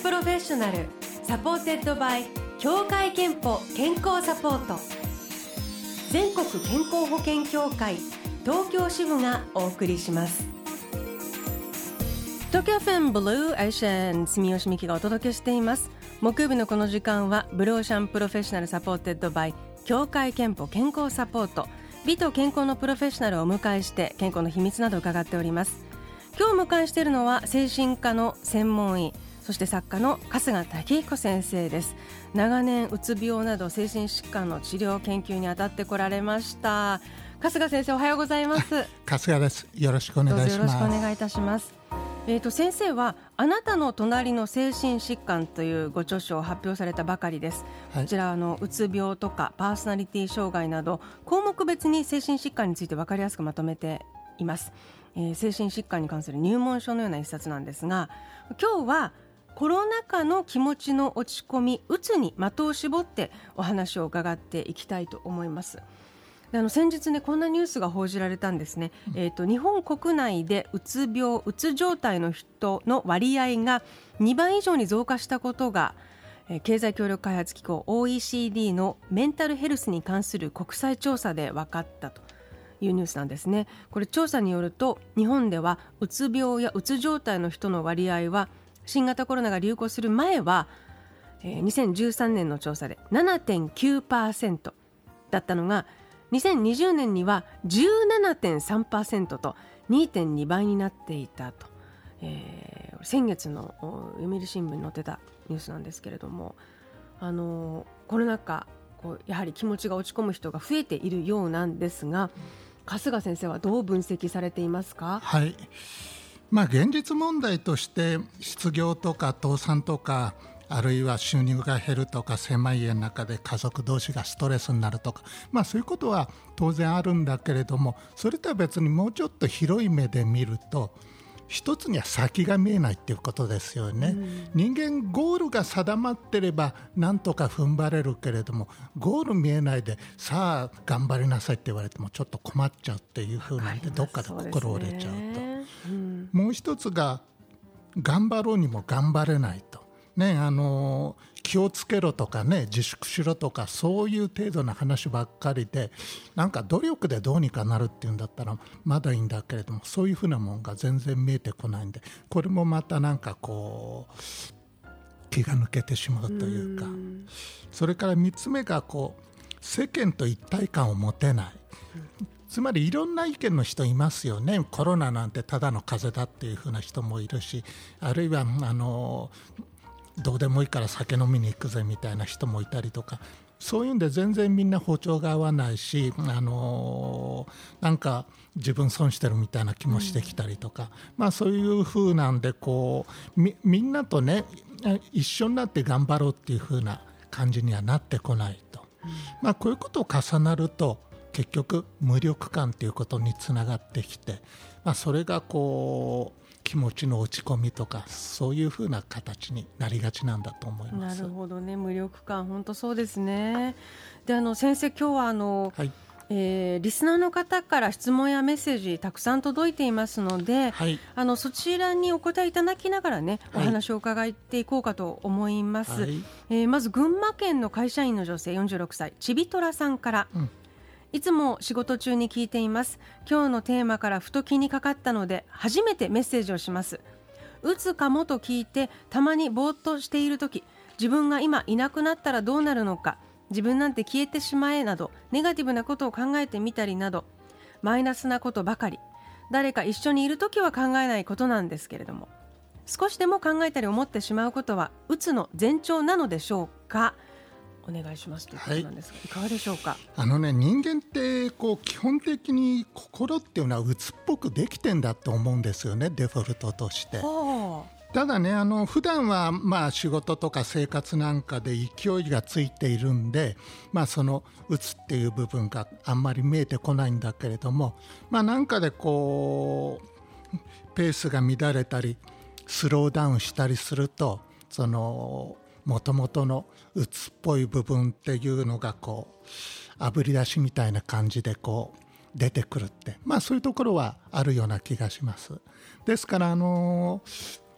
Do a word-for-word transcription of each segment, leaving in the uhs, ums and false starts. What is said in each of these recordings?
プロフェッショナルサポーテッドバイ協会憲法健康サポート、全国健康保険協会東京支部がお送りします。東京 エフエム ブルーエーシャン住吉美希がお届けしています。木曜日のこの時間はブルーオーシャンプロフェッショナルサポーテッドバイ協会憲法健康サポート、美と健康のプロフェッショナルをお迎えして健康の秘密などを伺っております。今日お迎えしているのは精神科の専門医、そして作家の春日武彦先生です。長年うつ病など精神疾患の治療研究に当たってこられました。春日先生、おはようございます。 春日です。よろしくお願いします。 どうぞよろしくお願いいたします。えーと、先生はあなたの隣の精神疾患というご著書を発表されたばかりです、はい、こちらあのうつ病とかパーソナリティ障害など項目別に精神疾患について分かりやすくまとめています、えー、精神疾患に関する入門書のような一冊なんですが、今日はコロナ禍の気持ちの落ち込み、うつに的を絞ってお話を伺っていきたいと思います。であの先日ね、こんなニュースが報じられたんですね、うんえーと、日本国内でうつ病、うつ状態の人の割合がにばい以上に増加したことが、えー、経済協力開発機構 オーイーシーディー のメンタルヘルスに関する国際調査で分かったというニュースなんですね。これ調査によると、日本ではうつ病やうつ状態の人の割合は新型コロナが流行する前は、えー、にせんじゅうさんねんの調査で ななてんきゅうパーセント だったのが、にせんにじゅうねんには じゅうななてんさんパーセント と にてんにばいになっていたと、えー、先月の読売新聞に載ってたニュースなんですけれども、あのコロナ禍こうやはり気持ちが落ち込む人が増えているようなんですが、春日先生はどう分析されていますか？ はい、まあ、現実問題として失業とか倒産とか、あるいは収入が減るとか、狭い家の中で家族同士がストレスになるとか、まあ、そういうことは当然あるんだけれども、それとは別にもうちょっと広い目で見ると、一つには先が見えないっていうことですよね、うん、人間ゴールが定まってればなんとか踏ん張れるけれども、ゴール見えないでさあ頑張りなさいって言われてもちょっと困っちゃうっていう風なんで、どっかで心折れちゃうと、うん、もう一つが頑張ろうにも頑張れないとね、あの気をつけろとかね、自粛しろとか、そういう程度の話ばっかりで、なんか努力でどうにかなるっていうんだったらまだいいんだけれども、そういうふうなもんが全然見えてこないんで、これもまたなんかこう気が抜けてしまうというか、うそれからみっつめがこう世間と一体感を持てない、つまりいろんな意見の人いますよね。コロナなんてただの風邪だっていうふうな人もいるし、あるいはあのどうでもいいから酒飲みに行くぜみたいな人もいたりとか、そういうんで全然みんな歩調が合わないし、あのー、なんか自分損してるみたいな気もしてきたりとか、うんまあ、そういう風なんでこう み, みんなとね一緒になって頑張ろうっていう風な感じにはなってこないと、うんまあ、こういうことを重なると結局無力感ということにつながってきて、まあ、それがこう気持ちの落ち込みとか、そういう風な形になりがちなんだと思います。 なるほどね、無力感、本当そうですね。であの先生、今日はあの、はいえー、リスナーの方から質問やメッセージたくさん届いていますので、はい、あのそちらにお答えいただきながらね、お話を伺っていこうかと思います、はいえー、まず群馬県の会社員の女性よんじゅうろくさい、ちびとらさんから、うんいつも仕事中に聞いています。今日のテーマからふと気にかかったので初めてメッセージをします。うつかもと聞いて、たまにぼーっとしているとき、自分が今いなくなったらどうなるのか、自分なんて消えてしまえなどネガティブなことを考えてみたりなど、マイナスなことばかり、誰か一緒にいるときは考えないことなんですけれども、少しでも考えたり思ってしまうことはうつの前兆なのでしょうか。お願いしますということなんですが、はい、いかがでしょうか。 あのね、人間ってこう基本的に心っていうのは鬱っぽくできてんだと思うんですよね、デフォルトとして。ただね、あの普段はまあ仕事とか生活なんかで勢いがついているんで、まあ、その鬱っていう部分があんまり見えてこないんだけれども、まあ、なんかでこうペースが乱れたりスローダウンしたりすると、その元々の鬱っぽい部分っていうのがこうあぶり出しみたいな感じでこう出てくるって、まあそういうところはあるような気がします。ですからあの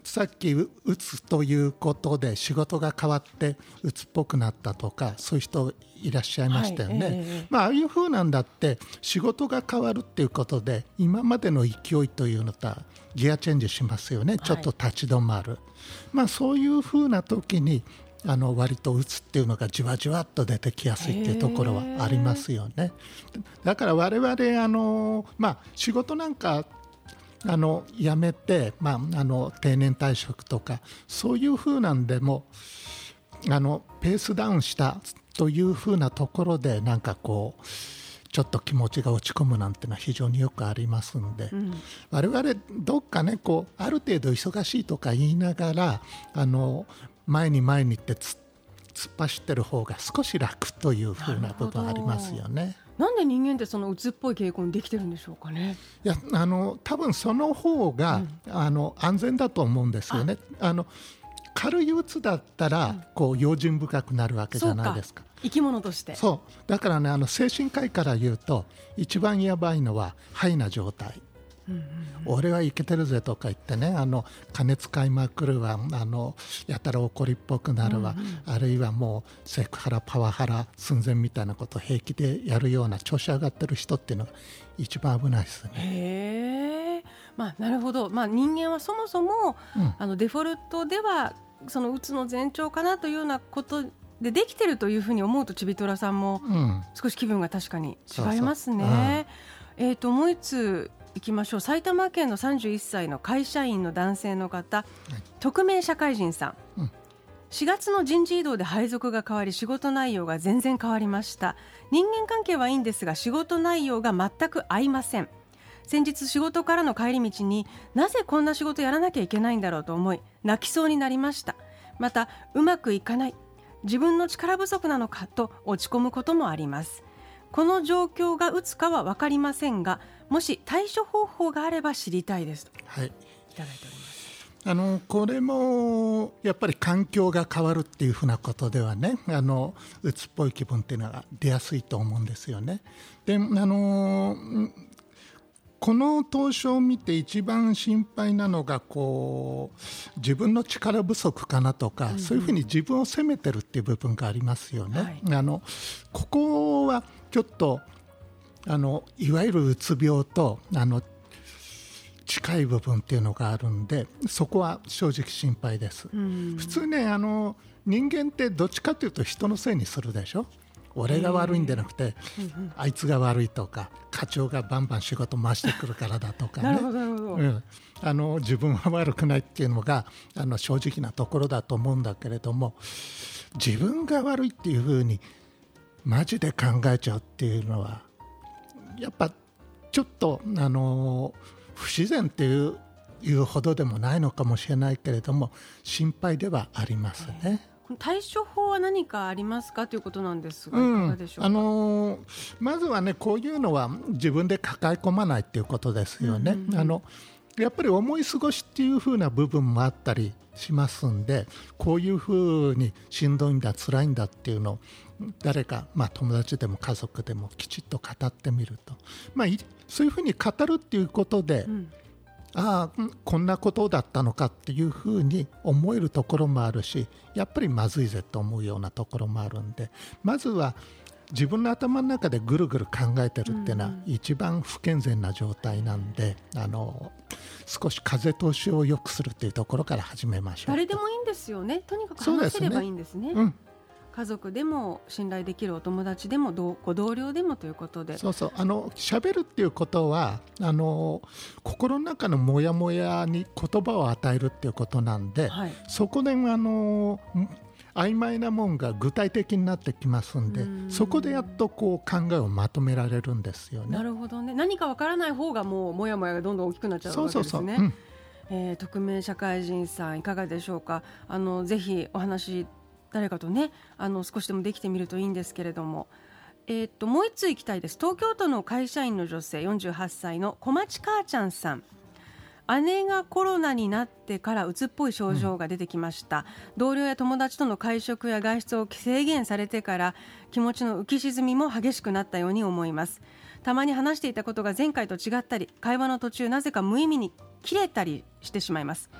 さっきうつということで仕事が変わってうつっぽくなったとかそういう人いらっしゃいましたよね、はいえーまあ、ああいう風なんだって仕事が変わるっていうことで今までの勢いというのとはギアチェンジしますよね。ちょっと立ち止まる、はいまあ、そういう風な時にあの割とうつっていうのがじわじわっと出てきやすいっていうところはありますよね。だから我々あの、まあ、仕事なんかあの辞めて、まあ、あの定年退職とかそういう風なんでもあのペースダウンしたという風なところでなんかこうちょっと気持ちが落ち込むなんてのは非常によくありますんで、うん、我々どっかねこうある程度忙しいとか言いながらあの前に前にって突っ走ってる方が少し楽という風な部分ありますよね。 なんで人間ってそのうつっぽい傾向にできてるんでしょうかね。 いやあの多分その方が、うん、あの安全だと思うんですよね。ああの軽いうつだったら、うん、こう用心深くなるわけじゃないですか。 生き物としてそうだからねあの精神科医から言うと一番やばいのはハイな状態、うんうんうん、俺はイケてるぜとか言ってねあの金使いまくるわあのやたら怒りっぽくなるわ、うんうん、あるいはもうセクハラパワハラ寸前みたいなことを平気でやるような調子上がってる人っていうのが一番危ないですね。 へー、まあ、なるほど、まあ、人間はそもそも、うん、あのデフォルトではそのうつの前兆かなというようなことでできてるというふうに思うとちびとらさんも少し気分が確かに違いますね。そうそう、うんえー、ともう一ついきましょう。埼玉県のさんじゅういっさいの会社員の男性の方、はい、匿名社会人さん、うん、しがつの人事異動で配属が変わり仕事内容が全然変わりました。人間関係はいいんですが仕事内容が全く合いません。先日仕事からの帰り道になぜこんな仕事やらなきゃいけないんだろうと思い泣きそうになりました。またうまくいかない自分の力不足なのかと落ち込むこともあります。この状況がうつかは分かりませんがもし対処方法があれば知りたいですと、はい、いただいております。 あのこれもやっぱり環境が変わるっていうふうなことではねあのうつっぽい気分っていうのが出やすいと思うんですよね。であのこの投書を見て一番心配なのがこう自分の力不足かなとか、うんうん、そういうふうに自分を責めてるっていう部分がありますよね、はい、あのここはちょっとあのいわゆるうつ病とあの近い部分っていうのがあるんでそこは正直心配です、うん、普通ねあの人間ってどっちかというと人のせいにするでしょ。俺が悪いんじゃなくて、うんうん、あいつが悪いとか課長がバンバン仕事回してくるからだとかねなるほどなるほど、うん、あの自分は悪くないっていうのがあの正直なところだと思うんだけれども自分が悪いっていうふうにマジで考えちゃうっていうのはやっぱちょっとあの不自然っていういうほどでもないのかもしれないけれども心配ではありますね。 対処法は何かありますかということなんですが、いかがでしょうか。 うん、あのー、まずはねこういうのは自分で抱え込まないっていうことですよね、うんうんうん、あのやっぱり思い過ごしっていう風な部分もあったりしますんでこういう風にしんどいんだ辛いんだっていうのを誰か、まあ、友達でも家族でもきちっと語ってみると、まあ、そういう風に語るっていうことで、うんああこんなことだったのかっていうふうに思えるところもあるしやっぱりまずいぜと思うようなところもあるんでまずは自分の頭の中でぐるぐる考えてるっていうのは一番不健全な状態なんで、うん、あの少し風通しを良くするっていうところから始めましょう。 誰でもいいんですよね。とにかく話せればいいんですね。うん家族でも信頼できるお友達でもご同僚でもということでそうそうあの喋るっていうことはあの心の中のモヤモヤに言葉を与えるっていうことなんで、はい、そこであの曖昧なもんが具体的になってきますんでんそこでやっとこう考えをまとめられるんですよね。 なるほどね。何かわからない方がもうモヤモヤがどんどん大きくなっちゃうわけですね。そうそうそう、うんえー、匿名社会人さんいかがでしょうか。あのぜひお話誰かとねあの少しでもできてみるといいんですけれども、えー、っともう一つ行きたいです。東京都の会社員の女性よんじゅうはっさいの小町母ちゃんさん。姉がコロナになってからうつっぽい症状が出てきました、うん、同僚や友達との会食や外出を制限されてから気持ちの浮き沈みも激しくなったように思います。たまに話していたことが前回と違ったり会話の途中なぜか無意味に切れたりしてしまいます。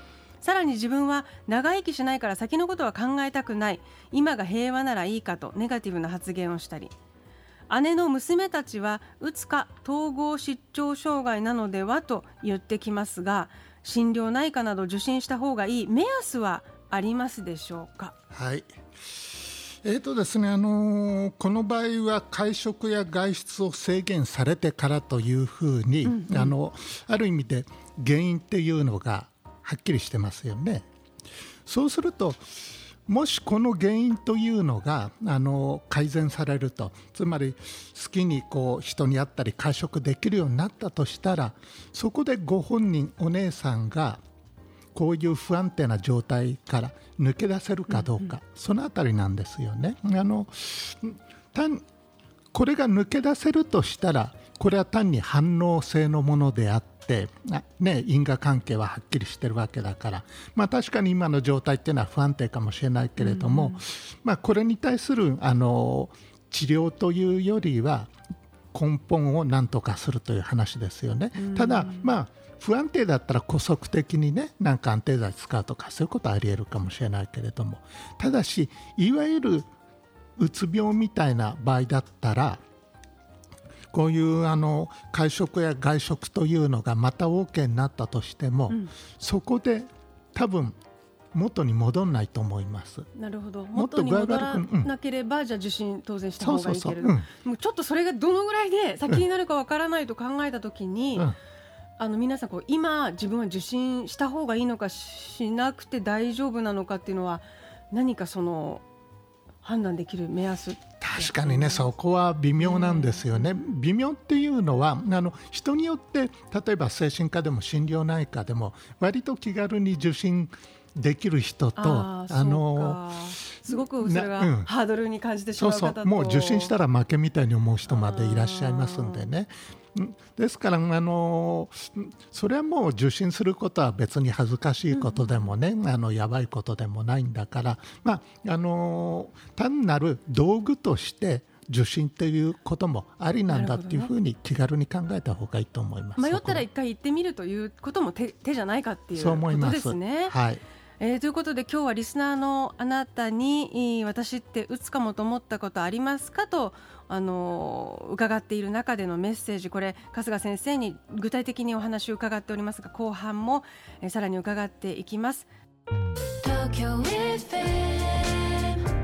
さらに自分は長生きしないから先のことは考えたくない、今が平和ならいいかとネガティブな発言をしたり、姉の娘たちはうつか統合失調障害なのではと言ってきますが、心療内科など受診した方がいい目安はありますでしょうか。 はい、えーとですねあのー、この場合は会食や外出を制限されてからというふうに、うんうん、あのある意味で原因っていうのがはっきりしてますよね。そうするともしこの原因というのがあの改善されると、つまり好きにこう人に会ったり会食できるようになったとしたら、そこでご本人お姉さんがこういう不安定な状態から抜け出せるかどうか、うんうん、そのあたりなんですよね。あの単これが抜け出せるとしたら、これは単に反応性のものであって、ね、因果関係ははっきりしてるわけだから、まあ、確かに今の状態っていうのは不安定かもしれないけれども、うんまあ、これに対するあの治療というよりは根本を何とかするという話ですよね。うん、ただ、まあ、不安定だったら姑息的にね、なんか安定剤使うとかそういうことはありえるかもしれないけれども、ただしいわゆるうつ病みたいな場合だったら、こういうあの会食や外食というのがまた OK になったとしても、うん、そこで多分元に戻らないと思います。 なるほど。元に戻らなければ、うん、じゃあ受診当然した方がいいけれど、もうちょっとそれがどのぐらいで先になるかわからないと考えたときに、うん、あの皆さんこう今自分は受診した方がいいのかしなくて大丈夫なのかっていうのは何かその判断できる目安。 確かにね、そこは微妙なんですよね。うん、微妙っていうのはあの人によって、例えば精神科でも心療内科でも割と気軽に受診できる人と、 ああのすごくそれが、うん、ハードルに感じてしまう方と、 そうそうもう受診したら負けみたいに思う人までいらっしゃいますんでね。ですからあのそれはもう受診することは別に恥ずかしいことでもね、うん、あのやばいことでもないんだから、まあ、あの単なる道具として受診ということもありなんだっていうふうに気軽に考えた方がいいと思います。 迷ったら一回行ってみるということも 手, 手じゃないかっていうことですね。 はい、 えー、ということで今日はリスナーのあなたに私ってうつかもと思ったことありますかとあの伺っている中でのメッセージ、これ春日先生に具体的にお話を伺っておりますが、後半も、えー、さらに伺っていきます。東京 エフエム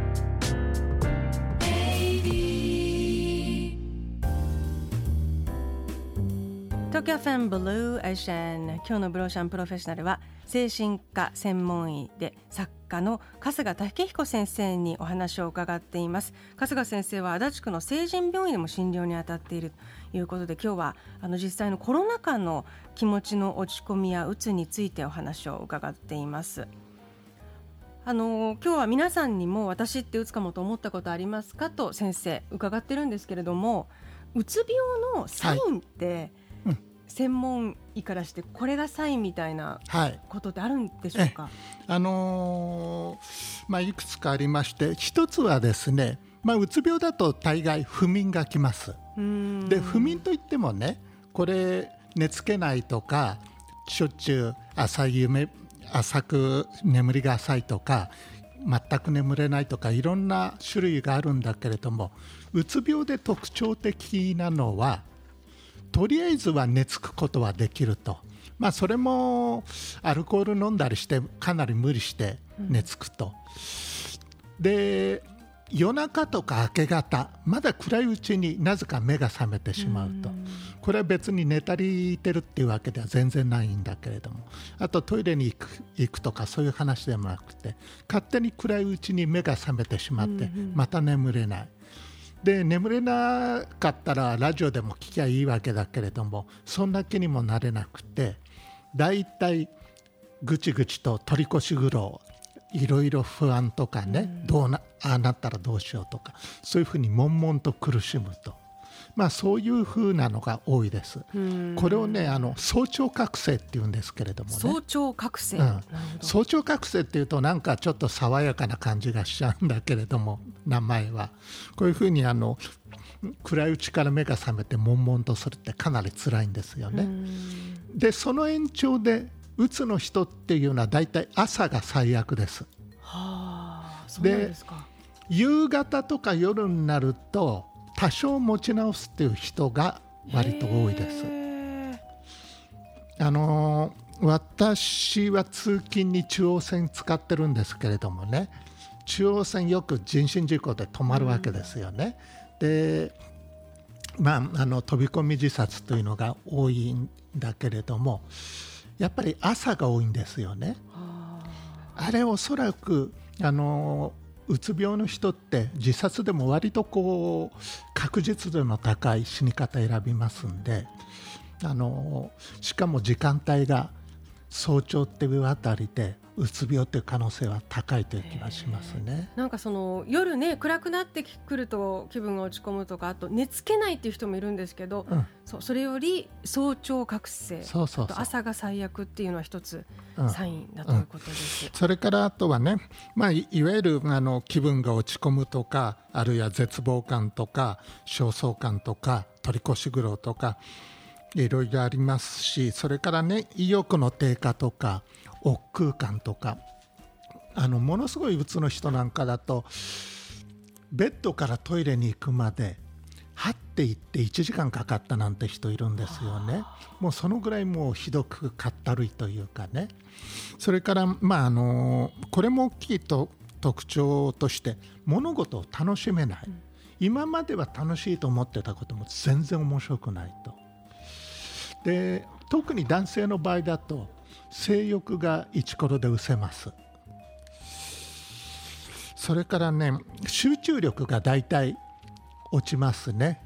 東京 エフエム ブルーエーシャン、今日のブローシャンプロフェッショナルは精神科専門医で作家の春日武彦先生にお話を伺っています。春日先生は足立区の成人病院でも診療に当たっているということで、今日はあの実際のコロナ禍の気持ちの落ち込みやうつについてお話を伺っています。あの今日は皆さんにも私ってうつかもと思ったことありますかと先生伺ってるんですけれども、うつ病のサインって、はいうん、専門医からしてこれがサインみたいなことってあるんでしょうか。 はいあのーまあ、いくつかありまして、一つはですね、まあ、うつ病だと大概不眠がきます。で不眠といってもね、これ寝つけないとかしょっちゅう浅い夢浅く眠りが浅いとか全く眠れないとかいろんな種類があるんだけれども、うつ病で特徴的なのはとりあえずは寝つくことはできると、まあ、それもアルコール飲んだりしてかなり無理して寝つくと、うん、で夜中とか明け方まだ暗いうちになぜか目が覚めてしまうと、これは別に寝足りてるっていうわけでは全然ないんだけれども、あとトイレに行く、行くとかそういう話でもなくて、勝手に暗いうちに目が覚めてしまってまた眠れない。で眠れなかったらラジオでも聞きゃいいわけだけれども、そんな気にもなれなくて、だいたいぐちぐちと取り越し苦労、いろいろ不安とかね、うん、どうな、ああなったらどうしようとか、そういうふうに悶々と苦しむと、まあ、そういうふうなのが多いです。これをね、あの早朝覚醒っていうんですけれどもね。 早朝覚醒、 うん、早朝覚醒っていうとなんかちょっと爽やかな感じがしちゃうんだけれども、名前はこういうふうにあの暗いうちから目が覚めて悶々とするってかなり辛いんですよね。でその延長でうつの人っていうのはだいたい朝が最悪です。 はあ、そうなんですか。 で、夕方とか夜になると多少持ち直すっていう人が割と多いです。あの私は通勤に中央線使ってるんですけれどもね、中央線よく人身事故で止まるわけですよね。うん、で、まあ、あの飛び込み自殺というのが多いんだけれども、やっぱり朝が多いんですよね。あれおそらくあのうつ病の人って自殺でも割とこう確実度の高い死に方選びますんで、あのしかも時間帯が早朝っていうあたりでうつ病という可能性は高いという気がしますね。 なんかその夜ね暗くなってくると気分が落ち込むとか、あと寝つけないっていう人もいるんですけど、うん、そ, それより早朝覚醒、そうそうそう、朝が最悪っていうのは一つサインだということです。 うんうん、それからあとはね、まあ、い, いわゆるあの気分が落ち込むとか、あるいは絶望感とか焦燥感とか取り越し苦労とかいろいろありますし、それからね意欲の低下とか億劫感とか、あのものすごいうつの人なんかだとベッドからトイレに行くまではって行っていちじかんかかったなんて人いるんですよね。もうそのぐらいもうひどくかったるいというかね。それから、まあ、あのこれも大きいと特徴として物事を楽しめない、うん、今までは楽しいと思ってたことも全然面白くないと。で、特に男性の場合だと性欲がイチコロで失せます。それからね、集中力がだいたい落ちますね。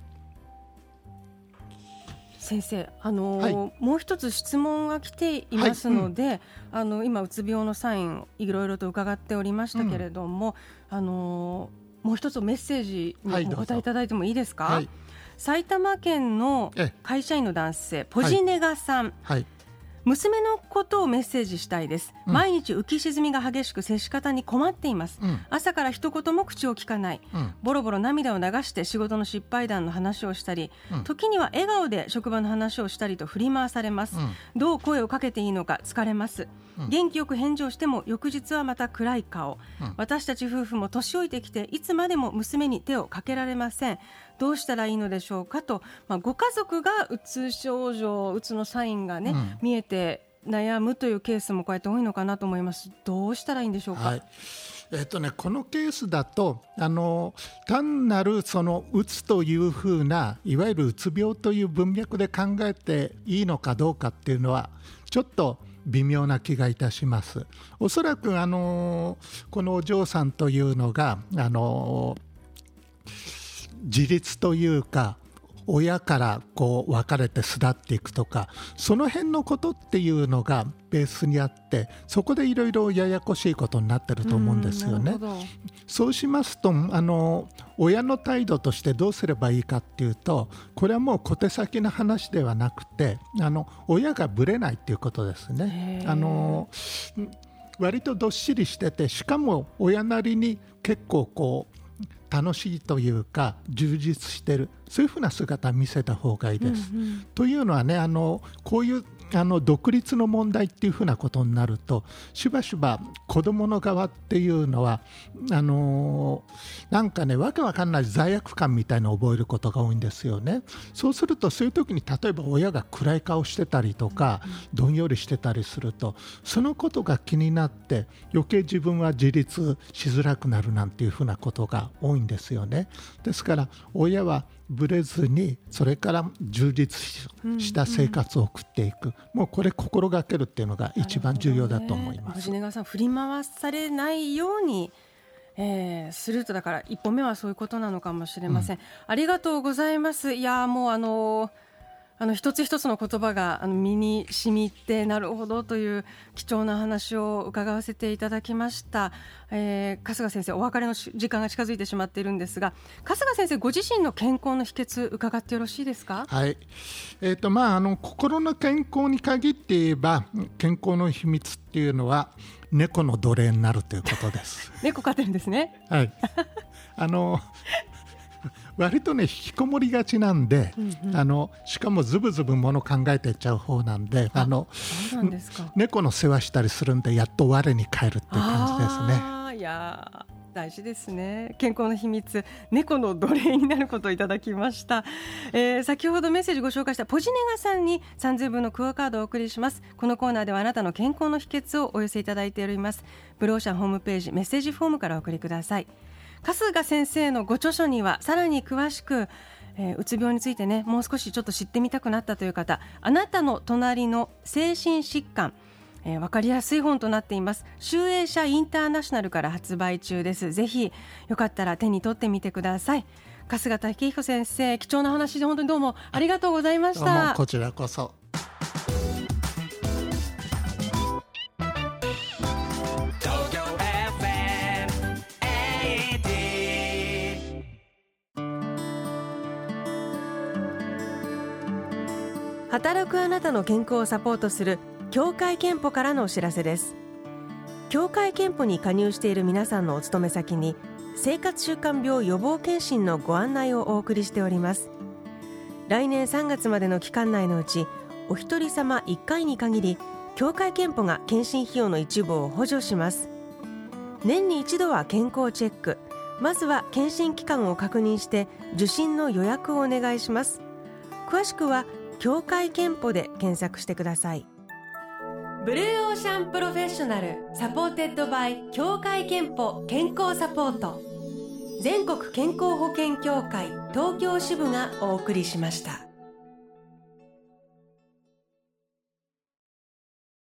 先生、あのーはい、もう一つ質問が来ていますので、はい、うん、あの今うつ病のサインいろいろと伺っておりましたけれども、うん、あのー、もう一つメッセージにお答えいただいてもいいですか？はい、埼玉県の会社員の男性ポジネガさん、はいはい、娘のことをメッセージしたいです、うん、毎日浮き沈みが激しく接し方に困っています、うん、朝から一言も口を聞かない、うん、ボロボロ涙を流して仕事の失敗談の話をしたり、うん、時には笑顔で職場の話をしたりと振り回されます、うん、どう声をかけていいのか疲れます、うん、元気よく返事をしても翌日はまた暗い顔、うん、私たち夫婦も年老いてきていつまでも娘に手をかけられません。どうしたらいいのでしょうかと、まあ、ご家族がうつ症状、うつのサインが、ね、うん、見えて悩むというケースもこうやって多いのかなと思います。どうしたらいいんでしょうか？ はい、えーとね、このケースだとあの単なるそのうつというふうないわゆるうつ病という文脈で考えていいのかどうかっていうのはちょっと微妙な気がいたします。おそらくあのこのお嬢さんというのがあの自立というか親からこう別れて巣立っていくとか、その辺のことっていうのがベースにあって、そこでいろいろややこしいことになってると思うんですよね。そうしますとあの親の態度としてどうすればいいかっていうと、これはもう小手先の話ではなくて、あの親がぶれないっていうことですね。あの割とどっしりしてて、しかも親なりに結構こう楽しいというか充実している、そういうふうな姿を見せた方がいいです、うんうん、というのはね、あのこういうあの独立の問題っていうふうなことになると、しばしば子どもの側っていうのはあのなんかね、わけわかんない罪悪感みたいなのを覚えることが多いんですよね。そうすると、そういう時に例えば親が暗い顔してたりとか、うんうん、どんよりしてたりすると、そのことが気になって余計自分は自立しづらくなるなんていうふうなことが多いんですよね。ですから親はぶれずに、それから充実した生活を送っていく、うんうん、もうこれ心がけるっていうのが一番重要だと思います。 藤永さん、振り回されないように、えー、すると、だから一歩目はそういうことなのかもしれません、うん、ありがとうございます。いやもうあのーあの一つ一つの言葉があの身に染みて、なるほどという貴重な話を伺わせていただきました、えー、春日先生、お別れの時間が近づいてしまっているんですが、春日先生ご自身の健康の秘訣伺ってよろしいですか？ はい、えーとまあ、あの心の健康に限って言えば、健康の秘密っていうのは猫の奴隷になるということです。 猫飼ってるんですね。 はい、あの割とね引きこもりがちなんで、うんうん、あのしかもズブズブもの考えていっちゃう方なんで、あのそうなんですか。 猫の世話したりするんでやっと我に返るっていう感じですね。 あ、いや大事ですね。健康の秘密、猫の奴隷になることをいただきました、えー、先ほどメッセージご紹介したポジネガさんにさんぜんぶんのクオカードをお送りします。このコーナーではあなたの健康の秘訣をお寄せいただいております。ブルーオーシャンホームページメッセージフォームからお送りください。春日先生のご著書にはさらに詳しく、えー、うつ病についてねもう少しちょっと知ってみたくなったという方、あなたの隣の精神疾患、えー、分かりやすい本となっています。集英社インターナショナルから発売中です。ぜひよかったら手に取ってみてください。春日武彦先生、貴重な話で本当にどうもありがとうございました。 どうもこちらこそ。 働くあなたの健康をサポートする協会憲法からのお知らせです。協会憲法に加入している皆さんのお勤め先に生活習慣病予防検診のご案内をお送りしております。来年さんがつまでの期間内のうちお一人様いっかいに限り協会憲法が検診費用の一部を補助します。年に一度は健康チェック、まずは検診期間を確認して受診の予約をお願いします。詳しくは協会憲法で検索してください。ブルーオーシャンプロフェッショナルサポーテッドバイ協会憲法健康サポート、全国健康保険協会東京支部がお送りしました。